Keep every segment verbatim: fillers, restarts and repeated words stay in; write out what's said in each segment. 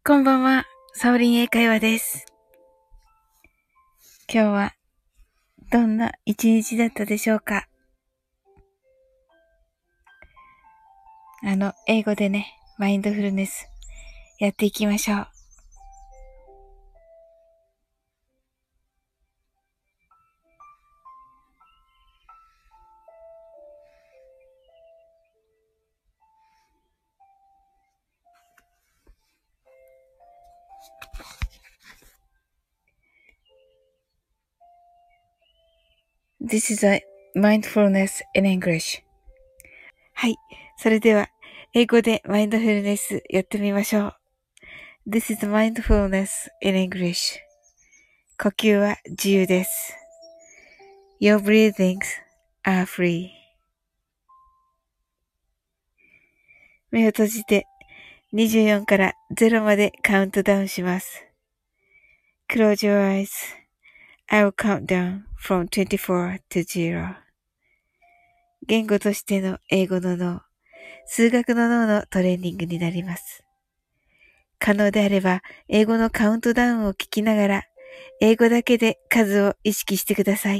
こんばんは、サオリン英会話です。今日はどんな一日だったでしょうか？あの、英語でね、マインドフルネスやっていきましょう。This is a mindfulness in English. はい。それでは、英語でマインドフルネスやってみましょう。This is mindfulness in English. 呼吸は自由です。Your breathings are free. 目を閉じてにじゅうよんからゼロまでカウントダウンします。Close your eyes.I will count down from twenty-four to zero. 言語としての英語の脳、数学の脳のトレーニングになります。可能であれば、英語のカウントダウンを聞きながら、英語だけで数を意識してください。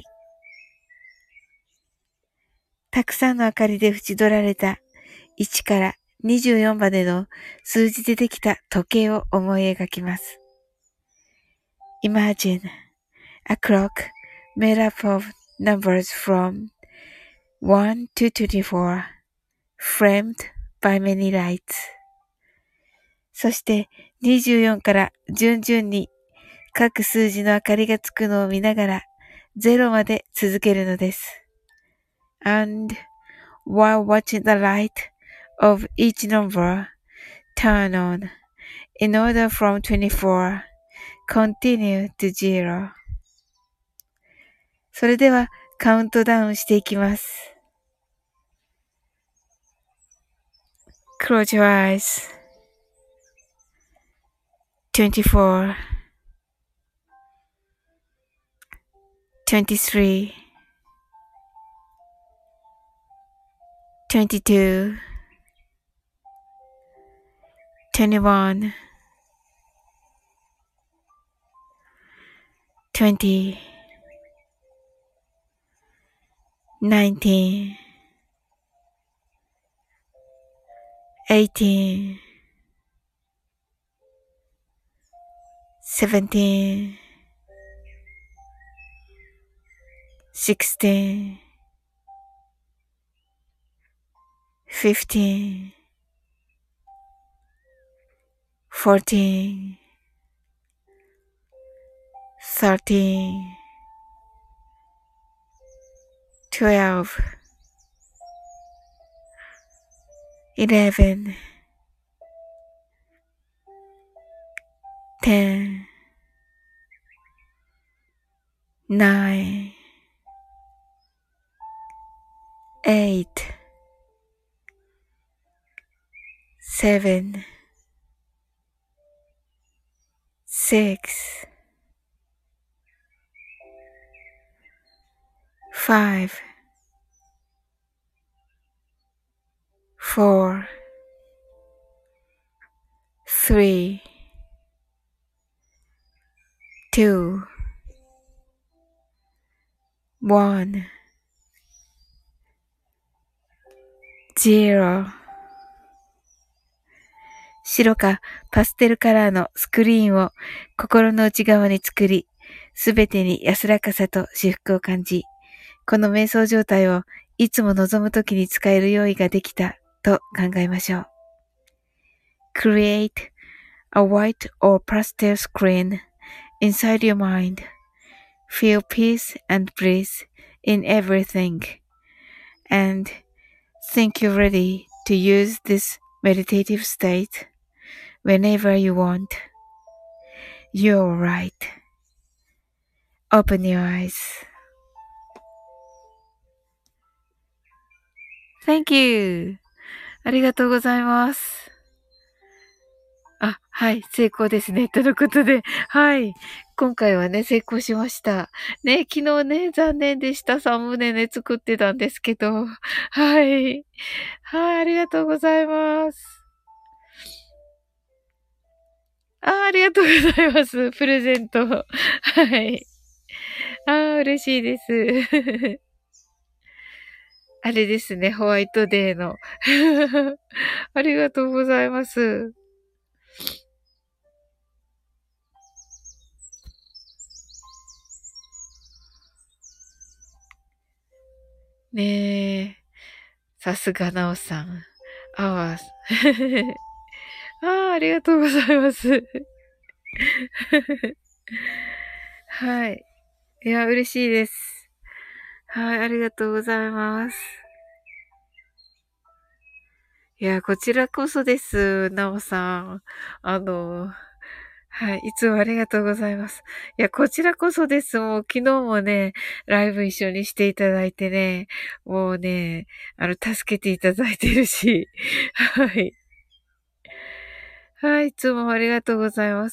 たくさんの明かりで縁取られたいちからにじゅうよんまでの数字でできた時計を思い描きます。Imagine a clock made up of numbers from one to twenty-four, framed by many lights. そしてにじゅうよんから順々に各数字の明かりがつくのを見ながらゼロまで続けるのです。And while watching the light of each number turn on, in order from twenty-four, continue to zero. それではカウントダウンしていきます。Close your eyes.twenty-four, twenty-three, twenty-two, twenty-one, twenty, nineteen, eighteen, seventeen, sixteen, fifteen, fourteen, thirteen, twelve, eleven, ten, nine, eight, seven, six, five, four, three, two, one, zero. 白かパステルカラーのスクリーンを心の内側に作り、すべてに安らかさと至福を感じ、この瞑想状態をいつも望むときに使える用意ができたと考えましょう。Create a white or pastel screen inside your mind. Feel peace and bliss in everything. And think you're ready to use this meditative state whenever you want. You're right. Open your eyes. Thank you. ありがとうございます。あ、はい、成功ですね。とのことで、はい。今回はね、成功しました。ね、昨日ね、残念でした。サムネね、作ってたんですけど。はい。はい、ありがとうございます。 りがとうございます。プレゼント。はい。ああ、嬉しいです。あれですね、ホワイトデーの。ありがとうございます。ねえ。さすがなおさん。ああ、ああ、ありがとうございます。はい。いや、嬉しいです。はい、ありがとうございます。いや、こちらこそです、なおさん。あの、はい、いつもありがとうございます。いや、こちらこそです。もう昨日もね、ライブ一緒にしていただいてね、もうね、あの、助けていただいてるし、はい。はい、いつもありがとうございます。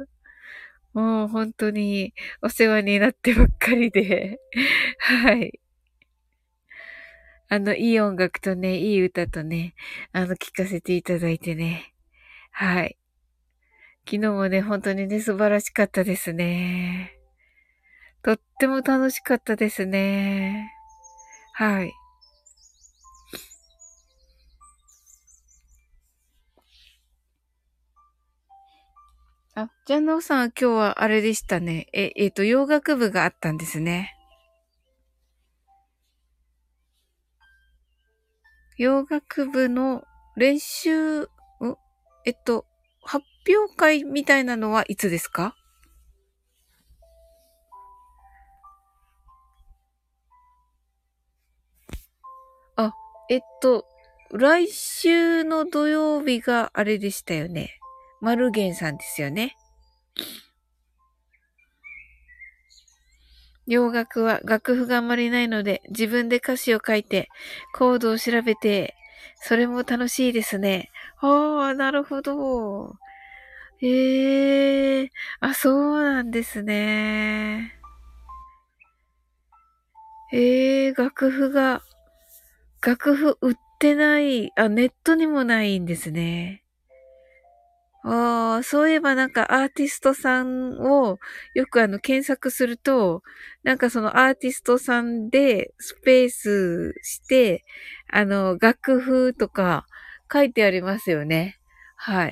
もう本当にお世話になってばっかりで、はい。あの、いい音楽とね、いい歌とね、あの、聴かせていただいてね。はい。昨日もね、本当にね、素晴らしかったですね。とっても楽しかったですね。はい。あ、じゃあ、のうさんは今日はあれでしたね。え、えっと、洋楽部があったんですね。洋楽部の練習、んえっと、発表会みたいなのはいつですか？あ、えっと、来週の土曜日があれでしたよね。マルゲンさんですよね。洋楽は楽譜があまりないので、自分で歌詞を書いて、コードを調べて、それも楽しいですね。ああ、なるほど。ええ、あ、そうなんですね。ええ、楽譜が、楽譜売ってない、あ、ネットにもないんですね。ああ、そういえばなんかアーティストさんをよくあの検索すると、なんかそのアーティストさんでスペースして、あの、楽譜とか書いてありますよね。はい。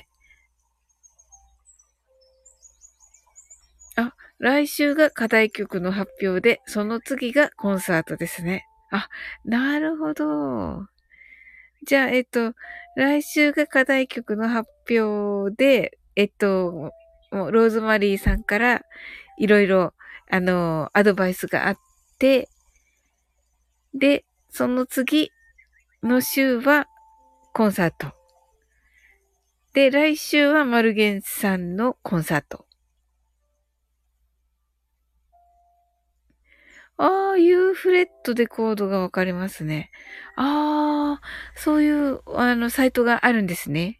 あ、来週が課題曲の発表で、その次がコンサートですね。あ、なるほど。じゃあ、えっと、来週が課題曲の発表で、えっと、もうローズマリーさんからいろいろ、あの、アドバイスがあって、で、その次の週はコンサート。で、来週はマルゲンさんのコンサート。ああ、ユーフレットでコードがわかりますね。ああ、そういう、あの、サイトがあるんですね。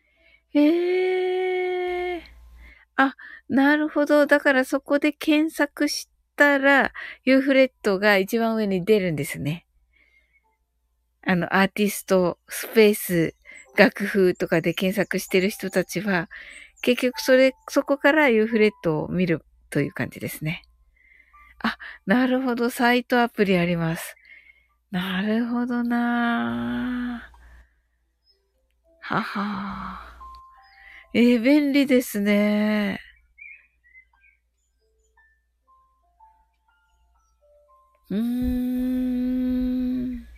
ええ。あ、なるほど。だからそこで検索したら、ユーフレットが一番上に出るんですね。あの、アーティスト、スペース、楽譜とかで検索してる人たちは、結局それ、そこからユーフレットを見るという感じですね。あ、なるほど。サイトアプリあります。なるほどなぁ。ははー。えー、便利ですね。うーん。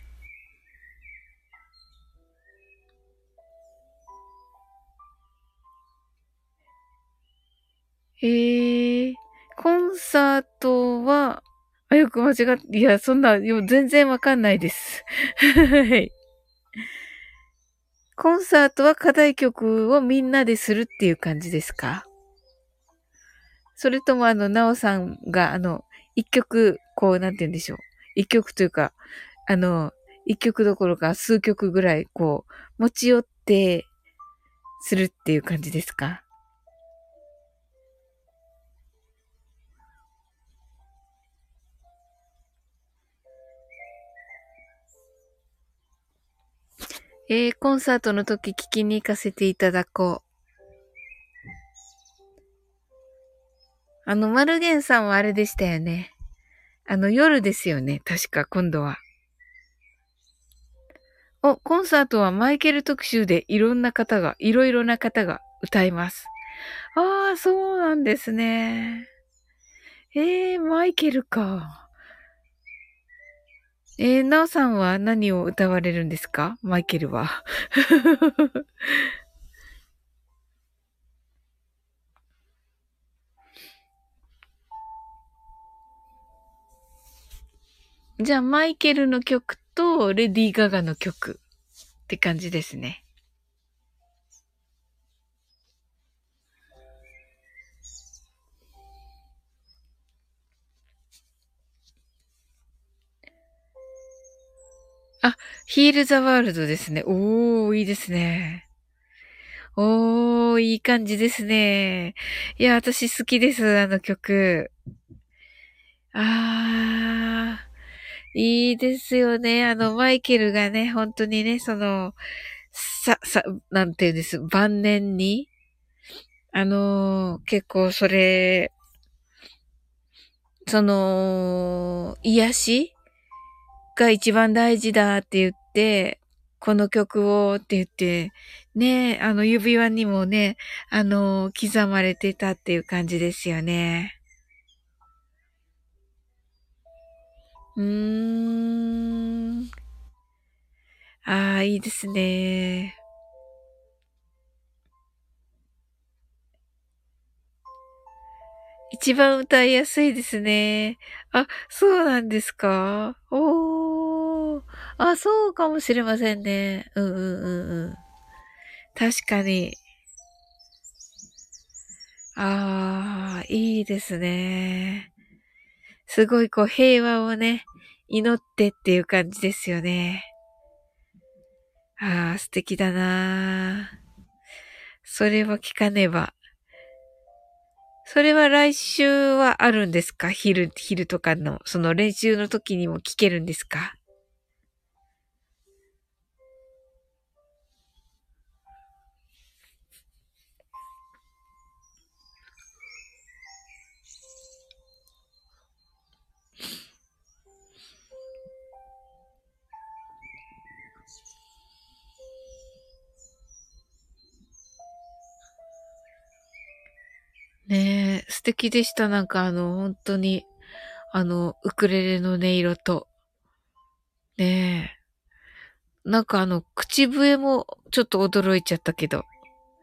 へえ。コンサートは、あ、よく間違っいや、そんな、よ全然わかんないです。はい。コンサートは課題曲をみんなでするっていう感じですか？それともあの、なおさんがあの、一曲、こう、なんて言うんでしょう。一曲というか、あの、一曲どころか数曲ぐらい、こう、持ち寄ってするっていう感じですか？えー、コンサートの時聞きに行かせていただこう。 あの、マルゲンさんはあれでしたよね。あの、夜ですよね。確か、今度は。お、コンサートはマイケル特集でいろんな方が、いろいろな方が歌います。ああ、そうなんですね。えー、マイケルか。えー、ナオさんは何を歌われるんですか？マイケルは。じゃあ、マイケルの曲とレディー・ガガの曲って感じですね。あ、ヒール・ザ・ワールドですね。おー、いいですね。おー、いい感じですね。いや、私好きです、あの曲。あー、いいですよね。あの、マイケルがね、本当にね、その、さ、さ、なんていうんです、晩年に、あのー結構それ、その、癒しが一番大事だって言って、この曲をって言って、ね、あの指輪にもね、あの、刻まれてたっていう感じですよね。うーん。ああ、いいですね。一番歌いやすいですね。あ、そうなんですか？おー。あ、そうかもしれませんね。うんうんうんうん。確かに。ああ、いいですね。すごいこう平和をね、祈ってっていう感じですよね。ああ、素敵だなー。それは聞かねば。それは来週はあるんですか？昼、昼とかの、その練習の時にも聞けるんですか？ねえ、素敵でした。なんかあの、本当に、あの、ウクレレの音色と、ねえ、なんかあの、口笛もちょっと驚いちゃったけど。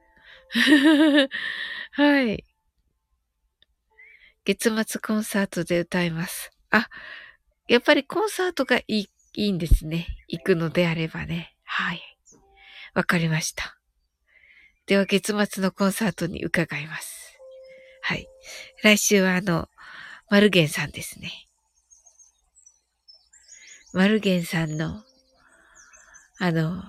はい。月末コンサートで歌います。あ、やっぱりコンサートがいい、いいんですね。行くのであればね。はい。わかりました。では月末のコンサートに伺います。はい。来週はあの、マルゲンさんですね。マルゲンさんの、あの、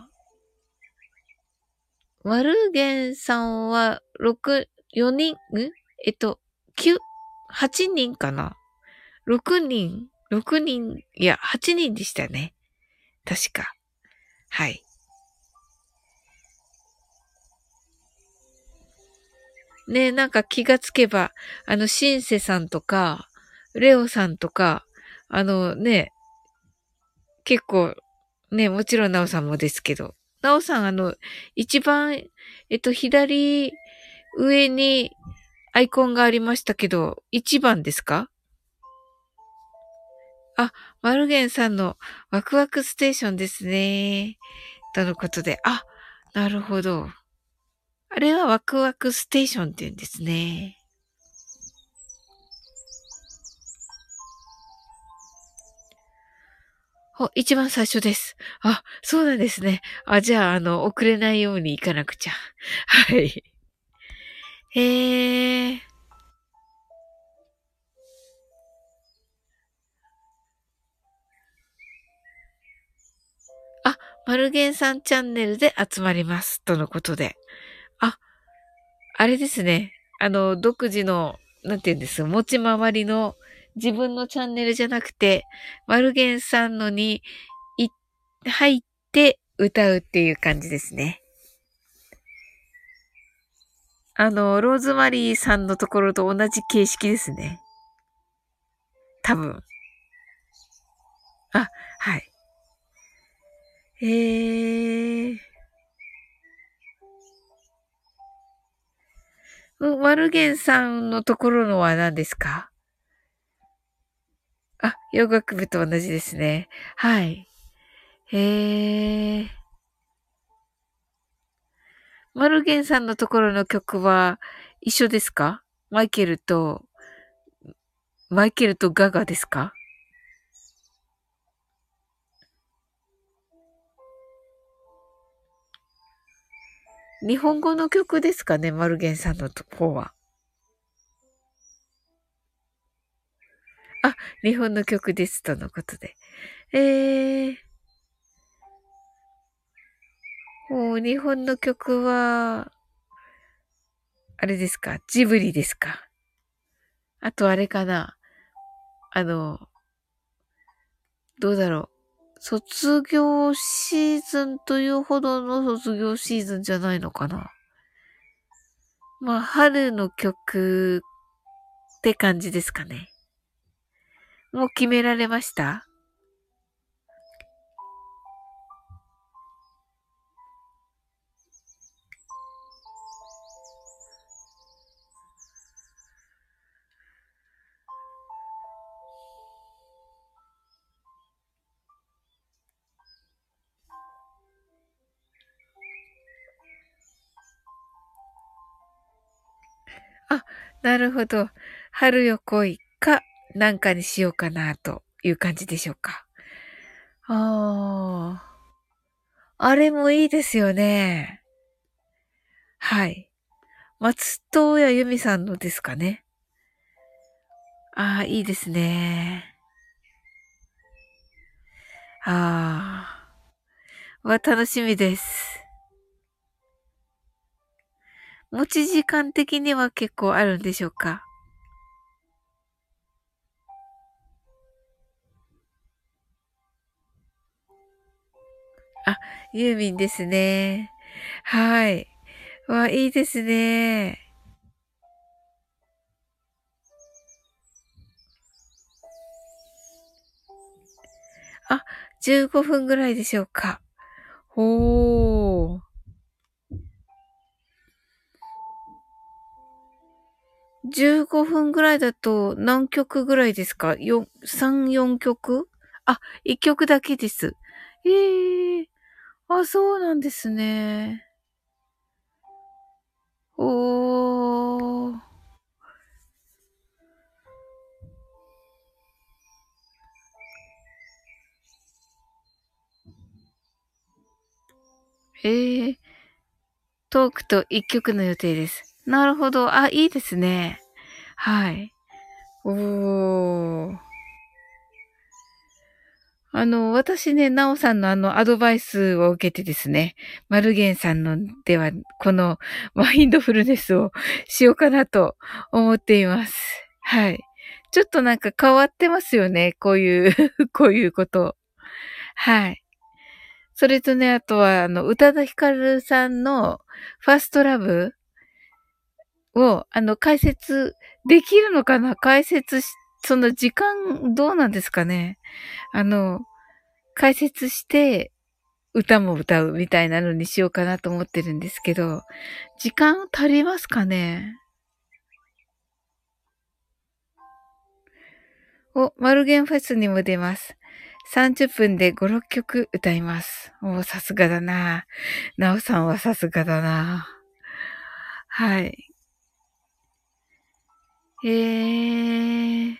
マルゲンさんは、ろく、よにん、んえっと、きゅう、はちにんかな？ ろく 人 ?ろく 人、いや、はちにんでしたね。確か。はい。ね、なんか気がつけば、あの、シンセさんとか、レオさんとか、あのね、結構、ね、もちろんナオさんもですけど、ナオさんあの、一番、えっと、左上にアイコンがありましたけど、一番ですか？あ、マルゲンさんのワクワクステーションですね。とのことで、あ、なるほど。あれはワクワクステーションって言うんですね。お、一番最初です。あ、そうなんですね。あ、じゃあ、あの、遅れないように行かなくちゃ。はい。へえ。あ、マルゲンさんチャンネルで集まります。とのことで。あ、あれですね。あの、独自の、なんて言うんです持ち回りの自分のチャンネルじゃなくて、マルゲンさんのにい入って歌うっていう感じですね。 あの、ローズマリーさんのところと同じ形式ですね。多分。あ、はい。えー。マルゲンさんのところのは何ですか？あ、洋楽部と同じですね。はい。へえ。マルゲンさんのところの曲は一緒ですか？マイケルと、マイケルとガガですか？日本語の曲ですかね、マルゲンさんの方は。あ、日本の曲ですとのことで。えー、もう日本の曲は、あれですか、ジブリですか。あとあれかな、あの、どうだろう。卒業シーズンというほどの卒業シーズンじゃないのかな。まあ、春の曲って感じですかね。もう決められました？あ、なるほど。春よ来いか、なんかにしようかな、という感じでしょうか。ああ。あれもいいですよね。はい。松任谷由実さんのですかね。ああ、いいですね。ああ。は楽しみです。持ち時間的には結構あるんでしょうか？あ、ユーミンですね。はい。わ、いいですね。あ、じゅうごふんぐらいでしょうか。ほー。じゅうごふんぐらいだと何曲ぐらいですか？ よん、さん、よんきょく？あ、いっきょくだけです。ええー、あ、そうなんですね。おー。ええー、トークといっきょくの予定です。なるほど。あ、いいですね。はい。おー。あの、私ね、なおさんのあのアドバイスを受けてですね、マルゲンさんのでは、このマインドフルネスをしようかなと思っています。はい。ちょっとなんか変わってますよね。こういうこういうこと。はい。それとね、あとは、あの、宇多田ヒカルさんのファーストラブを、あの、解説できるのかな？解説し、その時間どうなんですかね？あの、解説して、歌も歌うみたいなのにしようかなと思ってるんですけど、時間足りますかね？お、マルゲンフェスにも出ます。さんじゅっぷんでご、ろっきょく歌います。お、さすがだな。なおさんはさすがだな。はい。えー。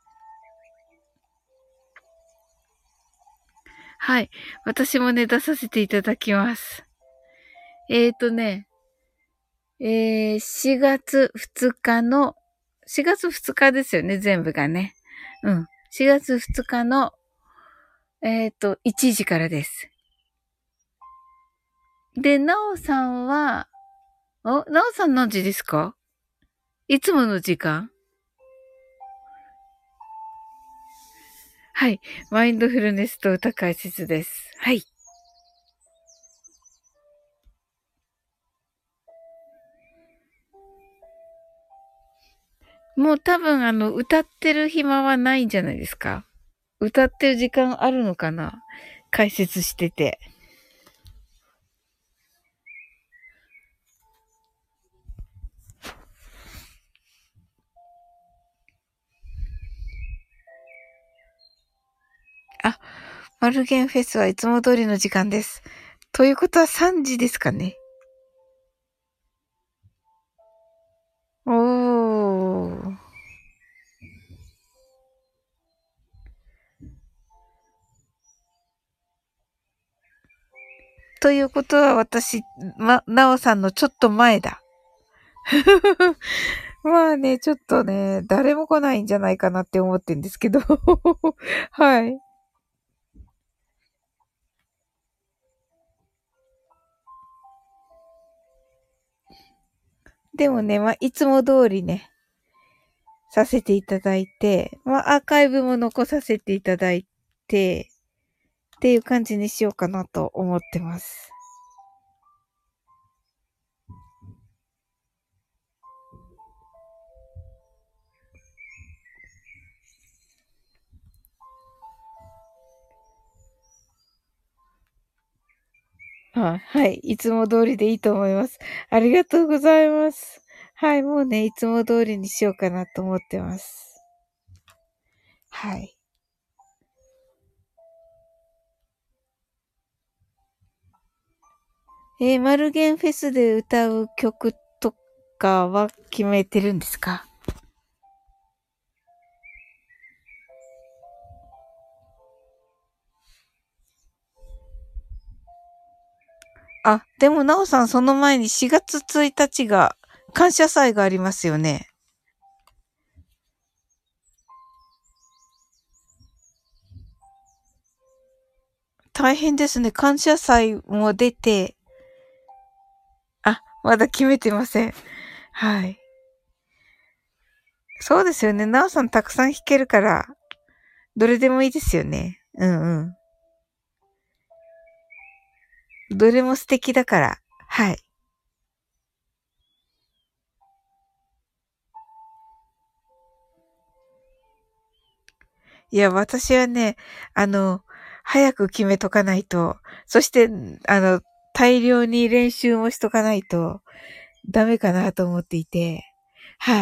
はい。私もね、出させていただきます。えーとね、えー、しがつふつかの、しがつふつかですよね、全部がね。うん。しがつふつかの、えっと、いちじからです。で、なおさんは、お、なおさん何時ですか？いつもの時間？はい。マインドフルネスと歌解説です。はい。 もう多分あの、歌ってる暇はないんじゃないですか？歌ってる時間あるのかな？解説してて。あ、マルゲンフェスはいつも通りの時間です。ということはさんじですかね。おー。ということは私、ま、なおさんのちょっと前だ。まあね、ちょっとね、誰も来ないんじゃないかなって思ってんですけど。はい。でもね、まあ、いつも通りね、させていただいて、まあ、アーカイブも残させていただいて、っていう感じにしようかなと思ってます。あ、はい。いつも通りでいいと思います。ありがとうございます。はい。もうね、いつも通りにしようかなと思ってます。はい。えー、マルゲンフェスで歌う曲とかは決めてるんですか？あ、でもなおさんその前にしがつついたちが感謝祭がありますよね。大変ですね。感謝祭も出て、あ、まだ決めてません。はい。そうですよね。なおさんたくさん弾けるから、どれでもいいですよね。うんうん。どれも素敵だから。はい。いや、私はね、あの、早く決めとかないと、そして、あの、大量に練習もしとかないとダメかなと思っていて、はい。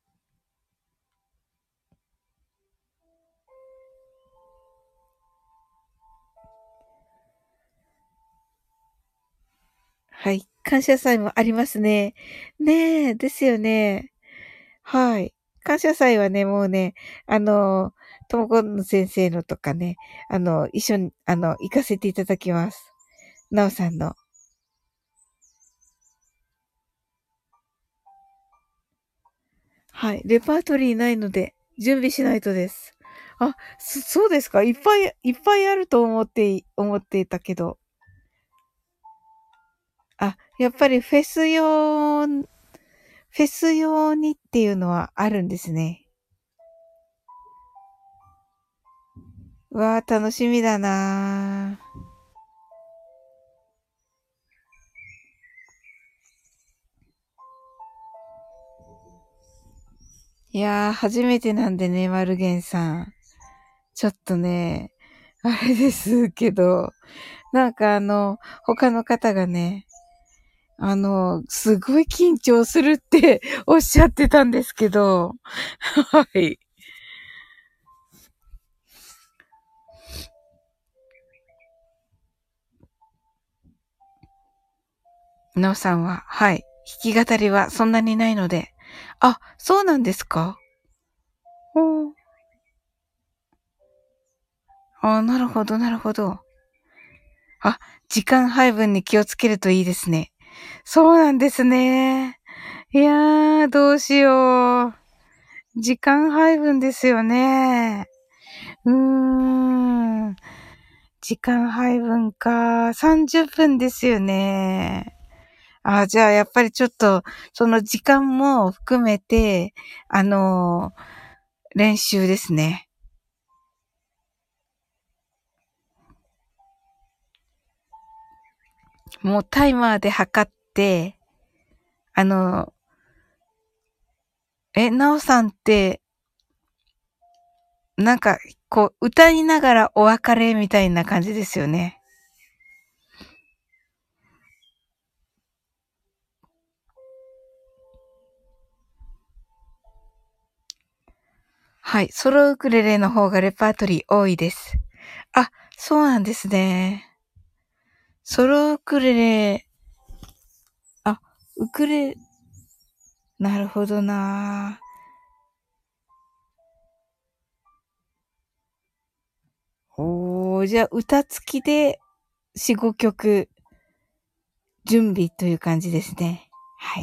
はい。感謝祭もありますね。ねえ、ですよね。はい。感謝祭はね、もうね、あの、ともこの先生のとかね、あの、一緒に、あの、行かせていただきます。なおさんの。はい。レパートリーないので、準備しないとです。あ、そ、そうですか。いっぱい、いっぱいあると思って、思っていたけど。あ、やっぱりフェス用、フェス用にっていうのはあるんですね。うわー、楽しみだなー。いやー、初めてなんでね、マルゲンさん。ちょっとね、あれですけど、なんかあの、他の方がね、あの、すごい緊張するっておっしゃってたんですけど、はい。なおさんは、はい。弾き語りはそんなにないので。あ、そうなんですか？おー。あ、なるほど、なるほど。あ、時間配分に気をつけるといいですね。そうなんですね。いやー、どうしよう。時間配分ですよね。うーん。時間配分か。さんじゅっぷんですよね。あ、じゃあやっぱりちょっと、その時間も含めて、あのー練習ですね。もうタイマーで測って、あのえ、なおさんって、なんか、こう、歌いながらお別れみたいな感じですよね。はい。ソロウクレレの方がレパートリー多いです。あ、そうなんですね。ソロウクレレ、あ、ウクレ、なるほどな。おー、じゃあ歌付きでよん、ごきょく準備という感じですね。はい。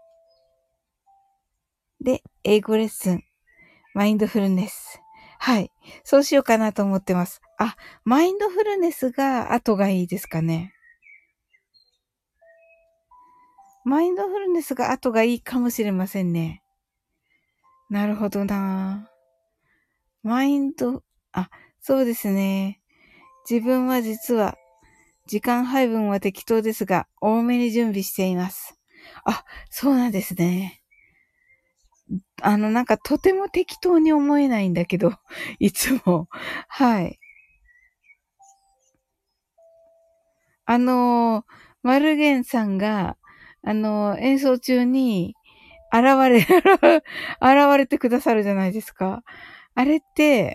で、英語レッスン、マインドフルネス。はい。そうしようかなと思ってます。あ、マインドフルネスが後がいいですかね。マインドフルネスが後がいいかもしれませんね。なるほどな。マインド、あ、そうですね。自分は実は時間配分は適当ですが、多めに準備しています。あ、そうなんですね。あの、なんかとても適当に思えないんだけど、いつも。はい。あの、マルゲンさんが、あの、演奏中に現れ、現れてくださるじゃないですか。あれって、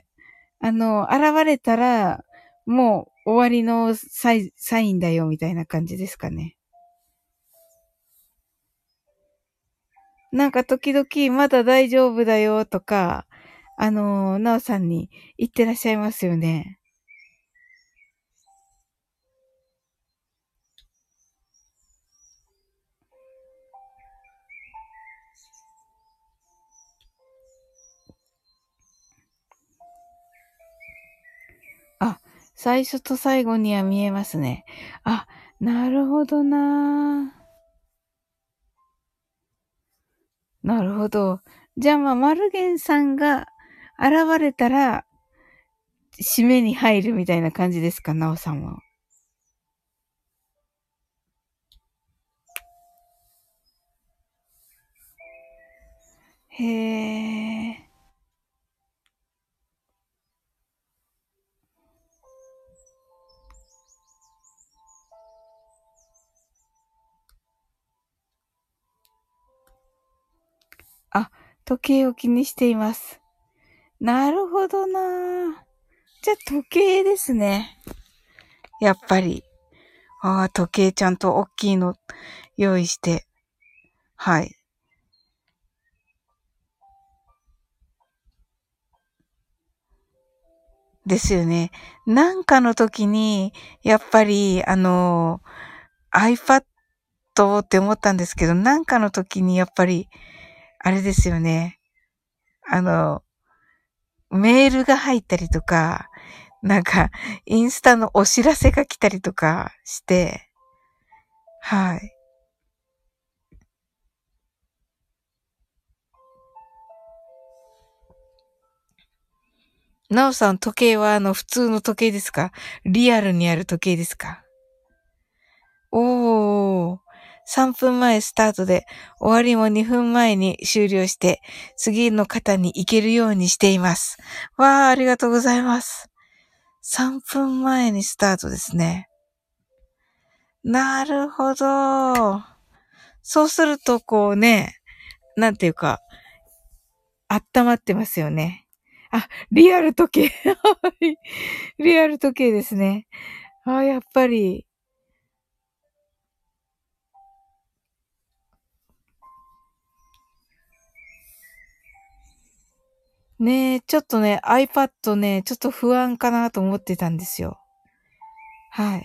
あの、現れたら、もう終わりのサイ、サインだよ、みたいな感じですかね。なんか時々まだ大丈夫だよとか、あの、なおさんに言ってらっしゃいますよね。あ、最初と最後には見えますね。あ、なるほどな。なるほど。じゃあまあ、マルゲンさんが現れたら、締めに入るみたいな感じですか、なおさんは。へえ。あ、時計を気にしています。なるほどな。じゃあ時計ですね。やっぱり。ああ、時計ちゃんと大きいの用意して。はい。ですよね。なんかの時に、やっぱり、あの、iPad って思ったんですけど、なんかの時にやっぱり、あれですよね。あの、メールが入ったりとか、なんか、インスタのお知らせが来たりとかして、はい。なおさん、時計はあの、普通の時計ですか？リアルにある時計ですか？おー。さんぷんまえスタートで、終わりもにふんまえに終了して、次の方に行けるようにしています。わー、ありがとうございます。さんぷんまえにスタートですね。なるほど。そうすると、こうね、なんていうか、温まってますよね。あ、リアル時計。はい。リアル時計ですね。あ、やっぱり。ねえ、ちょっとね、iPad ね、ちょっと不安かなと思ってたんですよ。はい。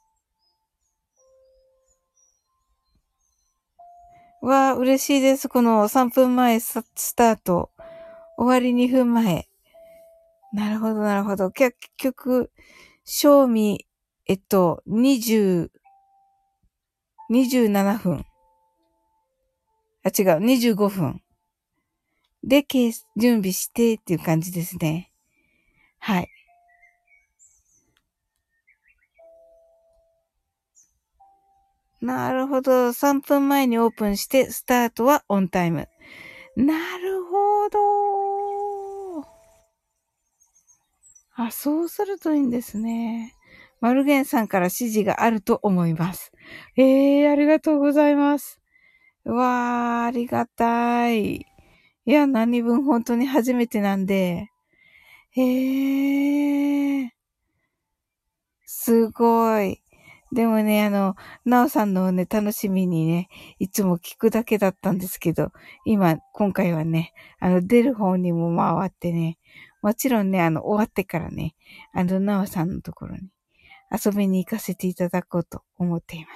わあ、嬉しいです。このさんぷんまえススタート。終わりにふんまえ。なるほど、なるほど。結局、賞味、えっと、にじゅう、にじゅうななふん。あ、違う、にじゅうごふん。で、ケース、準備してっていう感じですね。はい。なるほど。さんぷんまえにオープンして、スタートはオンタイム。 なるほど。あ、そうするといいんですね。マルゲンさんから指示があると思います。ええー、ありがとうございます。うわー、ありがたい。いや、何分本当に初めてなんで。へえ、すごい。でもね、あの、なおさんのをね、楽しみにね、いつも聞くだけだったんですけど、今、今回はね、あの、出る方にも回ってね、もちろんね、あの、終わってからね、あの、なおさんのところに遊びに行かせていただこうと思っています。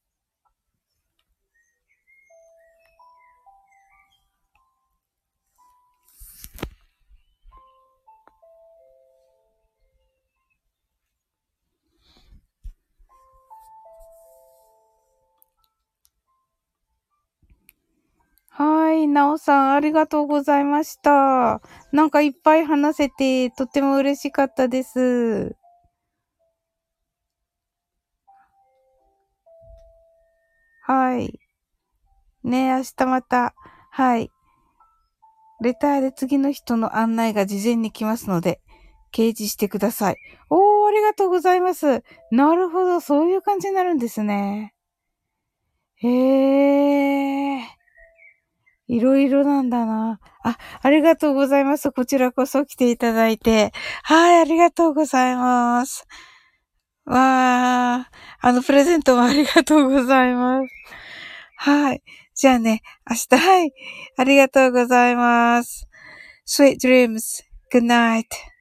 はい、なおさん、ありがとうございました。なんかいっぱい話せて、とても嬉しかったです。はい。ね、明日また、はい。レターで次の人の案内が事前に来ますので、掲示してください。おー、ありがとうございます。なるほど、そういう感じになるんですね。へー。いろいろなんだな。あ、ありがとうございます。こちらこそ来ていただいて。はい、ありがとうございます。わー。あの、プレゼントもありがとうございます。はい。じゃあね、明日、はい。ありがとうございます。Sweet dreams. Good night.